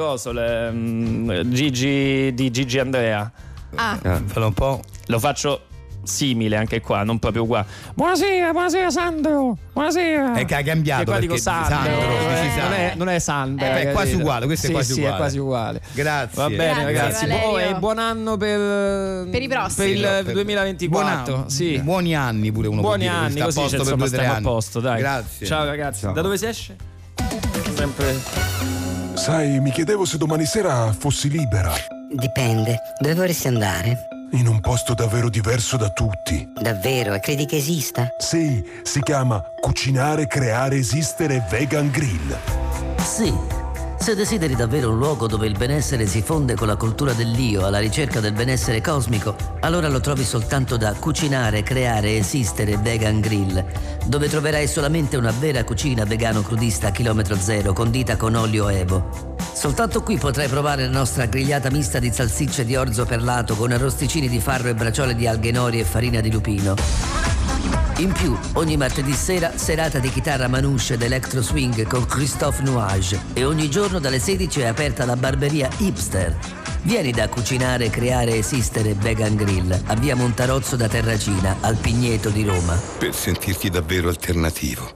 Gigi di Gigi Andrea. Fallo un po'. Lo faccio simile anche qua, non proprio uguale. Buonasera Sandro. Buonasera. È che ha cambiato. Che qua dico Sandro. Non è Sandro. È quasi uguale, questo è quasi uguale. È quasi uguale. Grazie. Va bene, ragazzi. E buon anno per i prossimi. Per il 2024. Buoni anni pure uno. Buoni anni, così stiamo a posto, dai. Grazie. Ciao ragazzi. Da dove si esce? Sempre. Sai, mi chiedevo se domani sera fossi libera. Dipende. Dove vorresti andare? In un posto davvero diverso da tutti. Davvero? E credi che esista? Sì, si chiama Cucinare, Creare, Esistere Vegan Grill. Sì, se desideri davvero un luogo dove il benessere si fonde con la cultura dell'io alla ricerca del benessere cosmico, allora lo trovi soltanto da Cucinare, Creare, Esistere Vegan Grill, dove troverai solamente una vera cucina vegano crudista a chilometro zero, condita con olio Evo. Soltanto qui potrai provare la nostra grigliata mista di salsicce di orzo perlato con arrosticini di farro e braciole di alghe nori e farina di lupino. In più, ogni martedì sera, serata di chitarra manouche ed electro swing con Christophe Nuage. E ogni giorno dalle 16 è aperta la barberia Hipster. Vieni da Cucinare, Creare, Esistere Vegan Grill a via Montarozzo da Terracina, al Pigneto di Roma. Per sentirti davvero alternativo.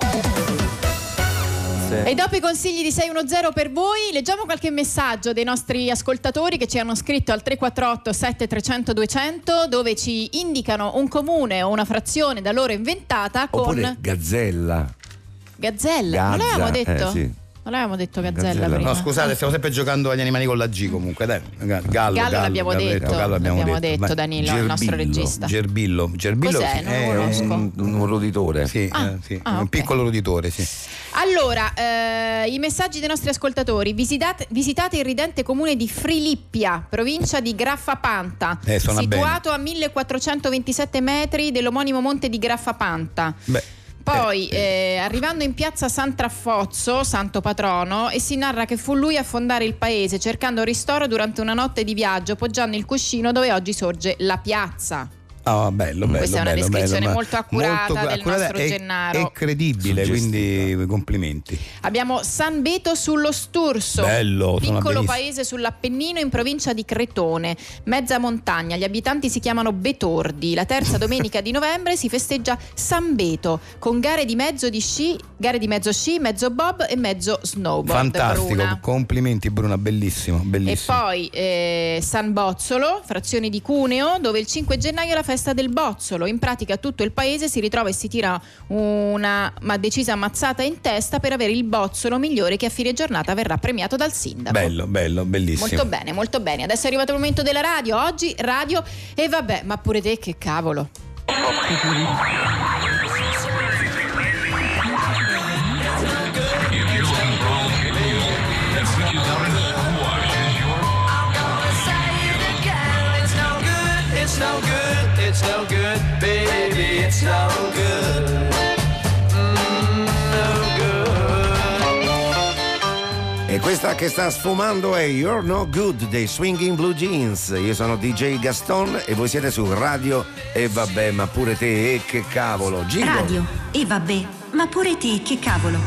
E dopo i consigli di 610 per voi, leggiamo qualche messaggio dei nostri ascoltatori che ci hanno scritto al 348 7300 200, dove ci indicano un comune o una frazione da loro inventata con oppure Gazzella. Non l'avevamo detto? Sì. Non l'avevamo detto Gazzella prima. No, scusate, stiamo sempre giocando agli animali con la G comunque, dai. Gallo l'abbiamo detto, Danilo, il nostro regista. Gerbillo cos'è? È un roditore. Sì, un piccolo roditore, sì. Allora, i messaggi dei nostri ascoltatori. Visitate il ridente comune di Frilippia, provincia di Graffapanta, situato a 1427 metri dell'omonimo monte di Graffapanta. Poi arrivando in piazza San Traffozzo, santo patrono, e si narra che fu lui a fondare il paese cercando ristoro durante una notte di viaggio, poggiando il cuscino dove oggi sorge la piazza. Bello. Questa è una descrizione molto accurata del nostro Gennaro. È credibile, quindi complimenti. Abbiamo San Beto sullo Sturzo, bello, piccolo paese sull'Appennino in provincia di Cretone, mezza montagna. Gli abitanti si chiamano Betordi. La terza domenica di novembre si festeggia San Beto con gare di mezzo sci, mezzo bob e mezzo snowboard. Fantastico, Bruna. Complimenti Bruna, bellissimo. E poi San Bozzolo, frazione di Cuneo, dove il 5 gennaio è la festa del bozzolo. In pratica tutto il paese si ritrova e si tira una decisa mazzata in testa per avere il bozzolo migliore, che a fine giornata verrà premiato dal sindaco. Bello, bellissimo. Molto bene. Adesso è arrivato il momento della radio. Oggi radio e vabbè, ma pure te che cavolo. It's no good, baby, it's no good. No good. E questa che sta sfumando è You're No Good dei Swinging Blue Jeans. Io sono DJ Gaston e voi siete su Radio E vabbè, ma pure te, che cavolo. Giro. Radio E vabbè, ma pure te, che cavolo.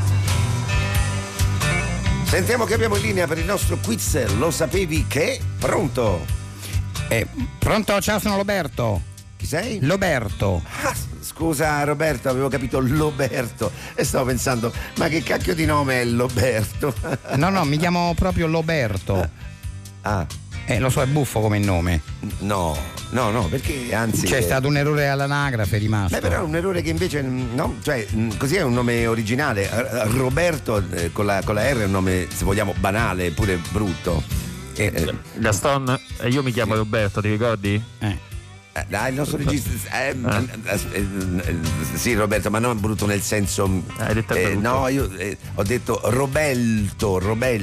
Sentiamo che abbiamo in linea per il nostro quiz. Lo sapevi che? Pronto? Pronto, ciao, sono Roberto. Chi sei? Roberto. scusa Roberto, avevo capito Loberto e stavo pensando, ma che cacchio di nome è Loberto? No, mi chiamo proprio Loberto. Lo so, è buffo come nome. No, perché anzi c'è stato un errore all'anagrafe, è rimasto. Beh, però è un errore che invece no, cioè così è un nome originale. Roberto con la R è un nome, se vogliamo, banale, pure brutto. Gaston, io mi chiamo Roberto, ti ricordi? Dai, il nostro regista. Sì, Roberto, ma non brutto nel senso. Hai detto brutto. No, io ho detto Roberto.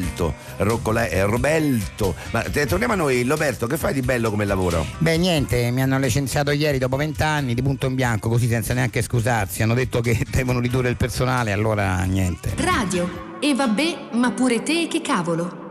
Ma torniamo a noi, Roberto, che fai di bello come lavoro? Beh, niente, mi hanno licenziato ieri dopo 20 anni di punto in bianco, così senza neanche scusarsi. Hanno detto che devono ridurre il personale, allora niente. Radio. E vabbè, ma pure te che cavolo.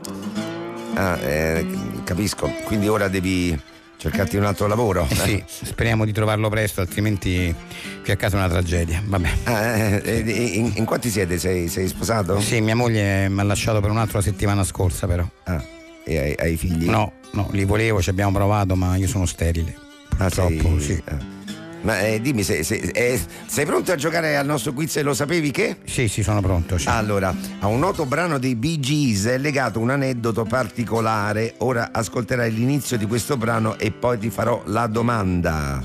Capisco. Quindi ora devi cercarti un altro lavoro. Sì, speriamo di trovarlo presto, altrimenti qui a casa è una tragedia. Vabbè. In quanti siete? Sei sposato? Sì, mia moglie mi ha lasciato per un'altra settimana scorsa, però. E hai figli? No, li volevo, ci abbiamo provato, ma io sono sterile. Purtroppo, sì. Ma dimmi, sei pronto a giocare al nostro quiz e lo sapevi che? Sì, sono pronto. Sì. Allora, a un noto brano dei Bee Gees è legato un aneddoto particolare. Ora ascolterai l'inizio di questo brano e poi ti farò la domanda.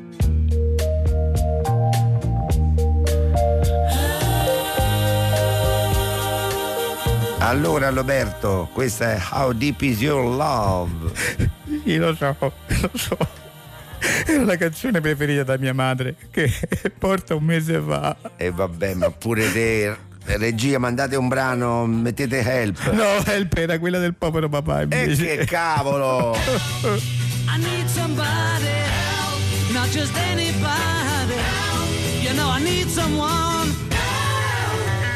Allora Roberto, questa è How Deep Is Your Love? Io lo so. Era la canzone preferita da mia madre che porta un mese fa. E vabbè, ma pure te. Regia, mandate un brano, mettete Help. No, Help era quella del povero papà invece. E che cavolo! I need somebody help, not just anybody help. You know I need someone help.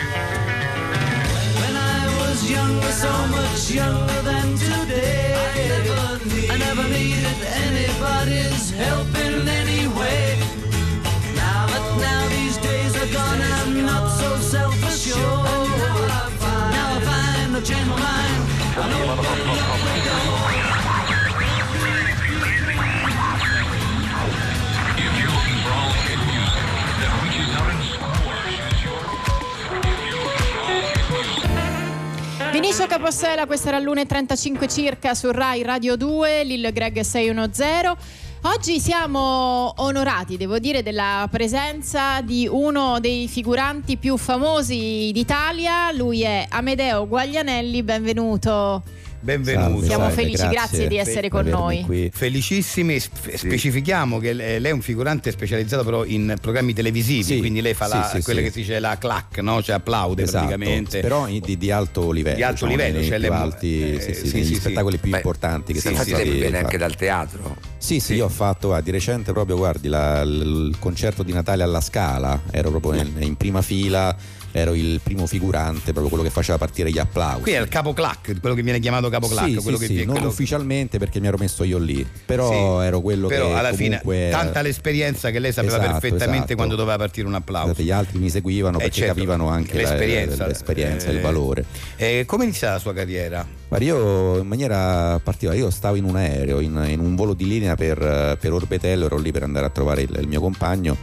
When I was younger, so much younger than today, I never needed anybody's help in any way. Now these days are gone, I'm not so self-assured. Now I find I've changed my mind. I know Vinicio Capossela, questa era l'1:35 circa su Rai Radio 2, Lil Greg 610. Oggi siamo onorati, devo dire, della presenza di uno dei figuranti più famosi d'Italia. Lui è Amedeo Guaglianelli, benvenuto. Benvenuto. Siamo felici, grazie di essere con noi. Qui. Felicissimi, specifichiamo che lei è un figurante specializzato però in programmi televisivi, quindi lei fa quella che si dice la clac, no? Cioè applaude praticamente. Però di alto livello. Di alto livello, cioè negli spettacoli più importanti che sono stati. Viene anche dal teatro. Sì, io ho fatto di recente proprio, guardi, il concerto di Natale alla Scala, ero proprio in prima fila. Ero il primo figurante, proprio quello che faceva partire gli applausi. Qui è il capo clac, quello che viene chiamato capo clac. Non ufficialmente perché mi ero messo io lì, però ero quello però che alla comunque fine tanta l'esperienza che lei sapeva perfettamente quando doveva partire un applauso. Gli altri mi seguivano perché capivano anche l'esperienza, il valore. Come è iniziata la sua carriera? Guarda, io in maniera particolare, io stavo in un aereo, in un volo di linea per Orbetello, ero lì per andare a trovare il mio compagno.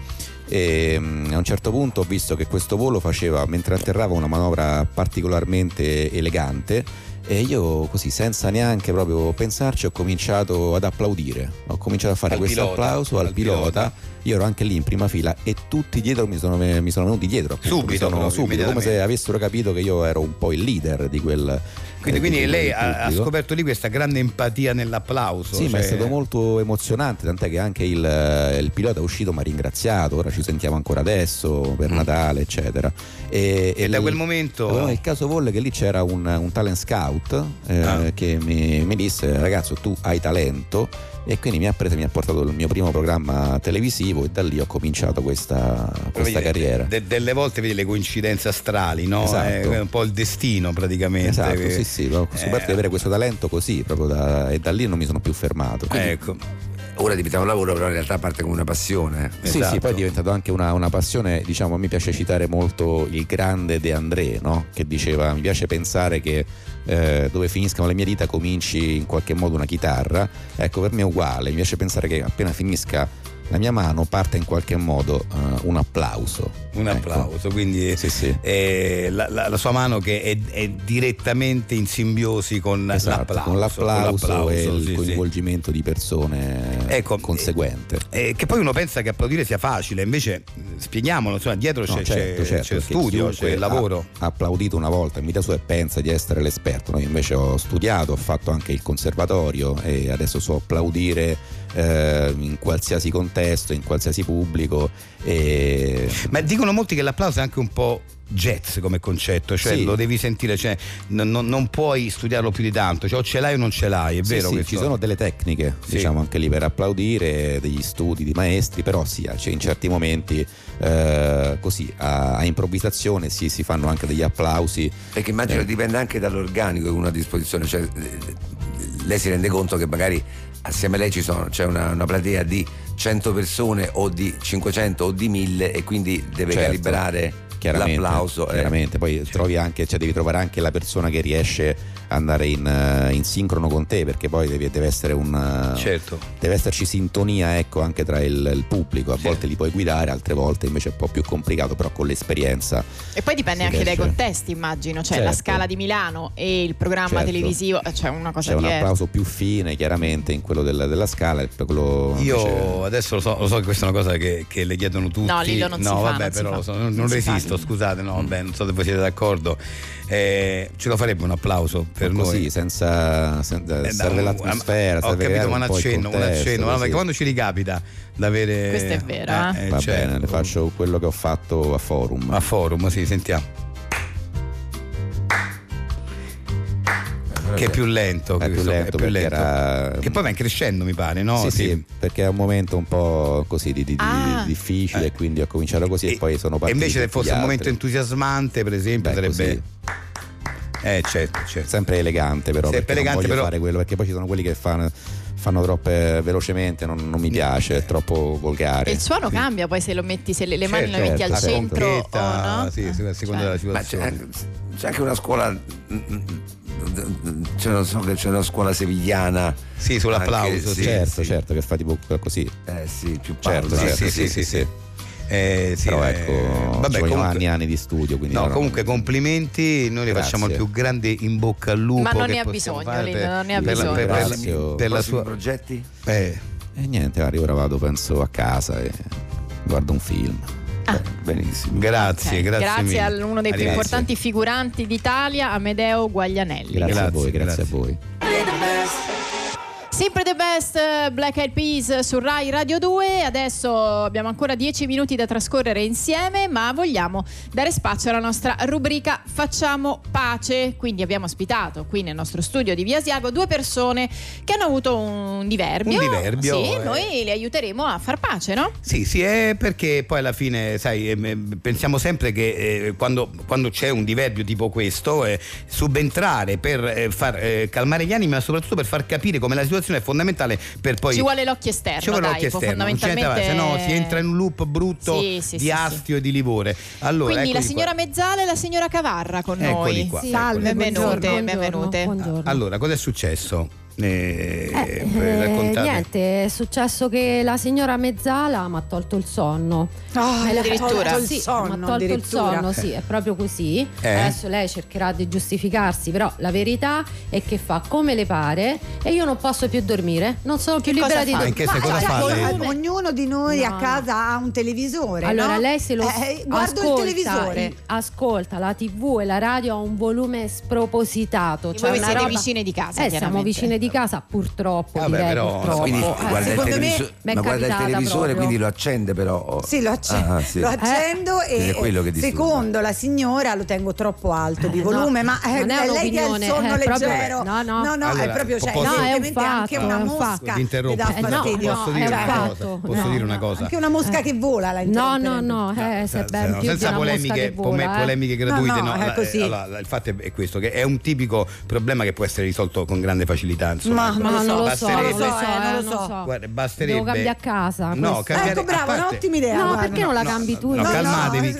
E a un certo punto ho visto che questo volo faceva, mentre atterrava, una manovra particolarmente elegante e io così senza neanche proprio pensarci ho cominciato ad applaudire, ho cominciato a fare questo applauso al pilota. Io ero anche lì in prima fila e tutti dietro mi sono venuti dietro subito, come se avessero capito che io ero un po' il leader di quel. Quindi lei ha scoperto lì questa grande empatia nell'applauso. Sì, ma è stato molto emozionante, tant'è che anche il pilota è uscito, mi ha ringraziato, ora ci sentiamo ancora adesso per Natale, eccetera. E da quel momento il caso volle che lì c'era un talent scout che mi disse: ragazzo, tu hai talento. E quindi mi ha portato il mio primo programma televisivo e da lì ho cominciato questa carriera. Delle volte vedi le coincidenze astrali, no? Esatto. È un po' il destino praticamente. Esatto, sì, ho scoperto di avere questo talento così, proprio e da lì non mi sono più fermato. Quindi, ecco. Ora diventa un lavoro, però in realtà parte come una passione. Sì, poi è diventato anche una passione. Diciamo, a me piace citare molto il grande De André, no? Che diceva: mi piace pensare che dove finiscano le mie dita cominci in qualche modo una chitarra. Ecco, per me è uguale, mi piace pensare che appena finisca la mia mano parte in qualche modo un applauso. Un applauso, quindi sì. La sua mano che è direttamente in simbiosi con l'applauso e il coinvolgimento di persone conseguente. Che poi uno pensa che applaudire sia facile, invece spieghiamolo, insomma, dietro c'è studio, c'è lavoro. Ha applaudito una volta in vita sua e pensa di essere l'esperto. No? Io invece ho studiato, ho fatto anche il conservatorio e adesso so applaudire in qualsiasi contesto, in qualsiasi pubblico. Ma dicono molti che l'applauso è anche un po' jazz come concetto, cioè lo devi sentire, cioè non puoi studiarlo più di tanto, cioè o ce l'hai o non ce l'hai, è vero? Sì, ci sono delle tecniche, diciamo, anche lì per applaudire, degli studi di maestri, però cioè, in certi momenti così a improvvisazione si fanno anche degli applausi. Perché immagino dipende anche dall'organico che uno ha a disposizione, cioè lei si rende conto che magari assieme a lei c'è una platea di 100 persone o di 500 o di 1000 e quindi deve calibrare l'applauso. Chiaramente, poi trovi anche, cioè devi trovare anche la persona che riesce a andare in sincrono con te, perché poi deve essere deve esserci sintonia, ecco, anche tra il pubblico. A volte li puoi guidare, altre volte invece è un po' più complicato, però con l'esperienza. E poi dipende anche dai contesti, immagino, cioè la Scala di Milano e il programma televisivo, cioè una cosa c'è diversa. Un applauso più fine chiaramente in quello della Scala. Quello io adesso lo so che questa è una cosa che le chiedono tutti. No, Lillo non si fa, vabbè, però non resisto, scusate, vabbè, non so se voi siete d'accordo. Ce lo farebbe un applauso per noi? Così, senza serve l'atmosfera, ho capito, ma un accenno, vabbè, quando ci ricapita d'avere. Questo è vero, va bene, le faccio quello che ho fatto a Forum. A Forum, sì, sentiamo. Che è più lento, è più lento. Che poi va in crescendo, mi pare, no? Sì, perché è un momento un po' così di difficile, quindi ho cominciato così e poi sono partito. E invece se fosse un momento entusiasmante, per esempio, sarebbe certo. Sempre elegante, però, perché non voglio fare quello, perché poi ci sono quelli che fanno troppe velocemente, non mi piace, è troppo volgare. E il suono cambia poi se lo metti, se le mani le metti al centro o no? Sì, a seconda della situazione. C'è anche una scuola, c'è una scuola sevigliana. Sì, sull'applauso, certo, che fa tipo così. Sì, più certo, sì. Però ecco, vabbè, ci vogliono anni di studio, quindi comunque complimenti, noi le facciamo il più grande in bocca al lupo. Ma non ne ha bisogno, non ne ha bisogno. Per la sua progetti? E niente, ora vado, penso, a casa e guardo un film. Benissimo, grazie grazie a uno dei più importanti figuranti d'Italia, Amedeo Guaglianelli. Grazie a voi. Sempre the best, Black Eyed Peas su Rai Radio 2. Adesso abbiamo ancora 10 minuti da trascorrere insieme, ma vogliamo dare spazio alla nostra rubrica Facciamo Pace. Quindi abbiamo ospitato qui nel nostro studio di Via Asiago 2 persone che hanno avuto un diverbio. Sì, noi le aiuteremo a far pace, no? Sì, è perché poi alla fine, sai, pensiamo sempre che quando c'è un diverbio tipo questo, subentrare per far calmare gli animi, ma soprattutto per far capire come la situazione è fondamentale, per poi ci vuole l'occhio esterno, fondamentalmente, se no si entra in un loop brutto di astio e di livore. Allora, quindi la signora Mezzale e la signora Cavarra con noi. Qua. Salve, benvenute. Allora, cosa è successo? Niente, è successo che la signora Mezzala mi ha tolto il sonno. Addirittura mi ha tolto il sonno, sì, è proprio così. Adesso lei cercherà di giustificarsi, però la verità è che fa come le pare e io non posso più dormire, non sono più libera di dormire. Ognuno di noi a casa ha un televisore. Allora, no? lei se lo guardo il televisore, ascolta la TV e la radio a un volume spropositato. Cioè, voi siete vicine di casa, siamo vicine di casa, purtroppo. Quindi guarda il televisore, quindi lo accende, però. Sì, lo accendo e secondo la signora lo tengo troppo alto di volume, ma non è lei che ha il sonno leggero. No, allora, è proprio è una mosca che dà fastidio. Posso dire una cosa? Anche una mosca che vola la senza polemiche gratuite. Il fatto è questo, che è un tipico problema che può essere risolto con grande facilità. insomma. Ma non lo so. Guarda, basterebbe. Devo cambiare casa. No, cambiare, ecco, bravo, un'ottima idea. No, guarda. perché non la cambi tu? No, calmatevi.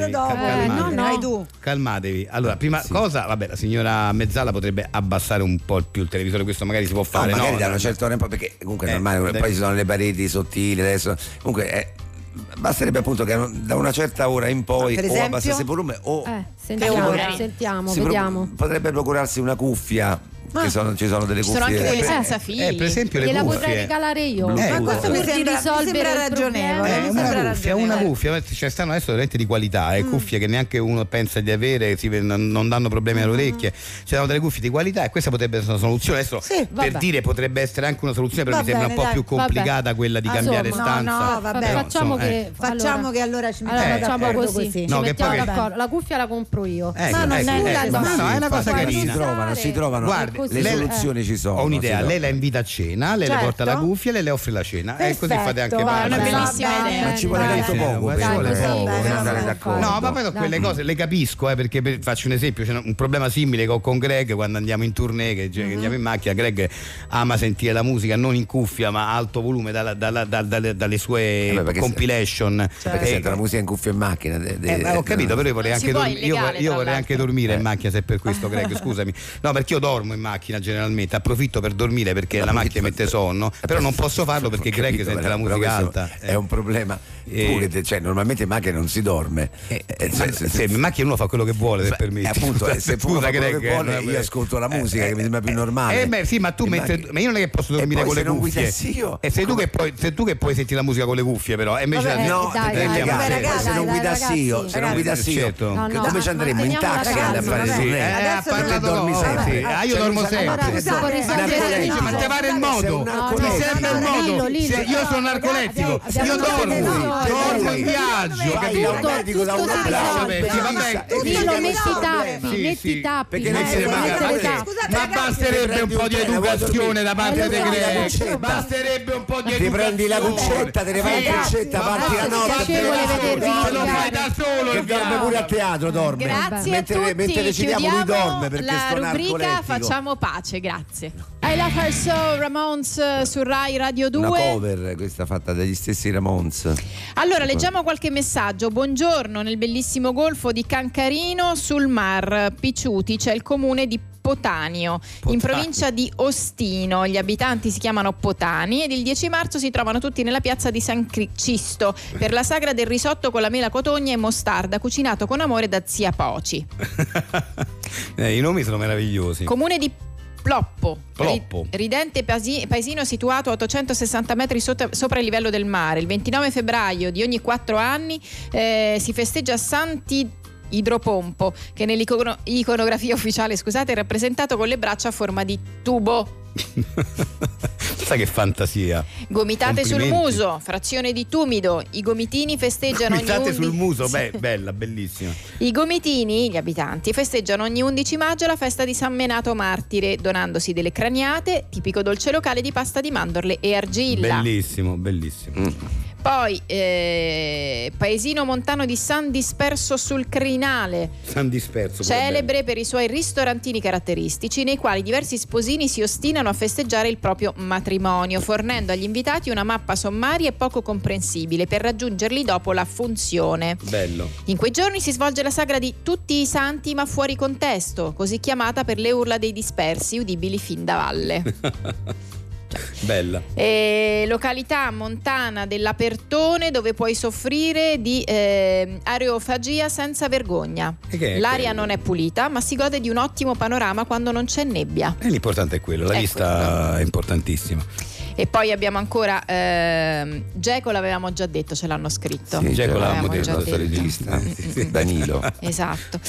Tu. Calmatevi. Allora, prima cosa, vabbè, la signora Mezzala potrebbe abbassare un po' più il televisore, questo magari si può fare. Magari da una certa ora in poi, perché comunque è normale, poi ci sono le pareti sottili adesso. Comunque basterebbe appunto che da una certa ora in poi o abbassasse il volume o sentiamo, vediamo. Potrebbe procurarsi una cuffia. Ci sono delle cuffie. Ci sono anche quelle senza fili. Per esempio, le gliela cuffie. potrei regalare io. Questo mi sembra ragionevole. Una cuffia, cioè stanno adesso veramente di qualità, cuffie che neanche uno pensa di avere, non danno problemi alle orecchie. Ci sono delle cuffie di qualità e questa potrebbe essere una soluzione. Adesso per dire potrebbe essere anche una soluzione, però mi sembra un po' più complicata quella di cambiare stanza. No, vabbè. Facciamo che allora ci mettiamo d'accordo così. No, che poi la cuffia la compro io. Ma non è una cosa carina. Si trovano. Guarda, le soluzioni ci sono. Ho un'idea, lei la invita a cena, lei le porta la cuffia e lei le offre la cena. E così fate anche una bellissima idea. Ma ci vuole tanto poco per andare d'accordo. No, ma poi sono quelle cose, le capisco, perché faccio un esempio, c'è un problema simile che ho con Greg quando andiamo in tournée, che andiamo in macchina. Greg ama sentire la musica non in cuffia ma a alto volume dalle sue compilation. Perché sente la musica in cuffia in macchina. Ho capito, però io vorrei anche dormire in macchina, se per questo, Greg, scusami. No, perché io dormo in macchina generalmente, approfitto per dormire perché la macchina mette sonno, però non posso farlo perché Greg sente la musica alta. È un problema. Cioè, normalmente in macchina non si dorme. Se in macchina uno fa quello che vuole, se permette. Appunto, se uno fa quello che vuole, io ascolto la musica che mi sembra più normale. Sì, ma tu ma io non è che posso dormire con le cuffie. E sei tu che puoi sentire la musica con le cuffie, però. Invece se non guidassi io, come ci andremo in taxi a fare a parte dormi sempre. Io dormo sempre. Ma te pare il modo? Ti serve il modo? Io sono narcolettico, io dormo in viaggio, capito? Metti i tappi. Ma basterebbe un po' di educazione da parte di Greg. Basterebbe un po' di educazione. Ti prendi la cuccetta, te ne vai in cuccetta, parti la notte. Lo fai da solo. Che dorme pure a teatro, dorme. Grazie a tutti. Mentre decidiamo lui dorme perché la rubrica Facciamo pace, grazie. I Love Her So, Ramones su Rai Radio 2. Una cover questa fatta dagli stessi Ramones. Allora leggiamo qualche messaggio. Buongiorno, nel bellissimo golfo di Cancarino sul Mar Picciuti c'è il comune di Potanio, in provincia di Ostino. Gli abitanti si chiamano Potani ed il 10 marzo si trovano tutti nella piazza di San Cisto per la sagra del risotto con la mela cotogna e mostarda cucinato con amore da zia Poci. I nomi sono meravigliosi. Comune di Ploppo. Ridente paesino situato a 860 metri sopra il livello del mare. Il 29 febbraio di ogni 4 anni si festeggia Santi Idropompo, che nell'iconografia ufficiale, è rappresentato con le braccia a forma di tubo. Sai che fantasia. Gomitate sul muso, frazione di tumido. I gomitini festeggiano Gomitate sul muso, bella, bellissima. I gomitini, gli abitanti, festeggiano ogni 11 maggio la festa di San Menato Martire, donandosi delle craniate, tipico dolce locale di pasta di mandorle e argilla. Bellissimo. Poi paesino montano di San Disperso sul Crinale, celebre per i suoi ristorantini caratteristici nei quali diversi sposini si ostinano a festeggiare il proprio matrimonio, fornendo agli invitati una mappa sommaria e poco comprensibile per raggiungerli dopo la funzione. Bello. In quei giorni si svolge la sagra di tutti i santi ma fuori contesto, così chiamata per le urla dei dispersi udibili fin da valle. Bella. Località montana dell'Apertone dove puoi soffrire di areofagia senza vergogna. L'aria non è pulita ma si gode di un ottimo panorama quando non c'è nebbia. L'importante è quello, la vista è importantissima. E poi abbiamo ancora Geco, l'avevamo già detto, ce l'hanno scritto. Sì, Geco l'avevamo detto, regista. Danilo. Esatto.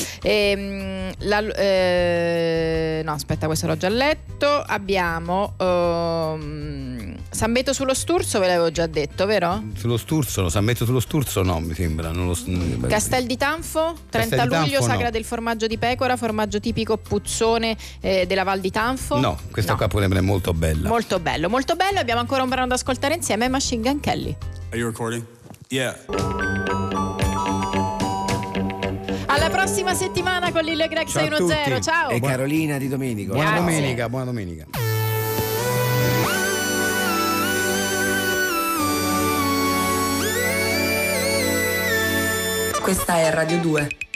No, aspetta, questo l'ho già letto. Abbiamo San Beto sullo Sturzo, ve l'avevo già detto, vero? Sullo Sturzo, San Beto sullo Sturzo no, mi sembra. Castel di Tanfo, 30 luglio, sagra del formaggio di pecora, formaggio tipico puzzone della Val di Tanfo. No, questa qua pure è molto bella. Molto bello, molto bello. Abbiamo ancora un brano da ascoltare insieme, Machine Gun Kelly. Are you recording? Yeah. Alla prossima settimana con Lille Greg 610. Ciao. E Carolina Di Domenico. Buona domenica. Questa è Radio 2.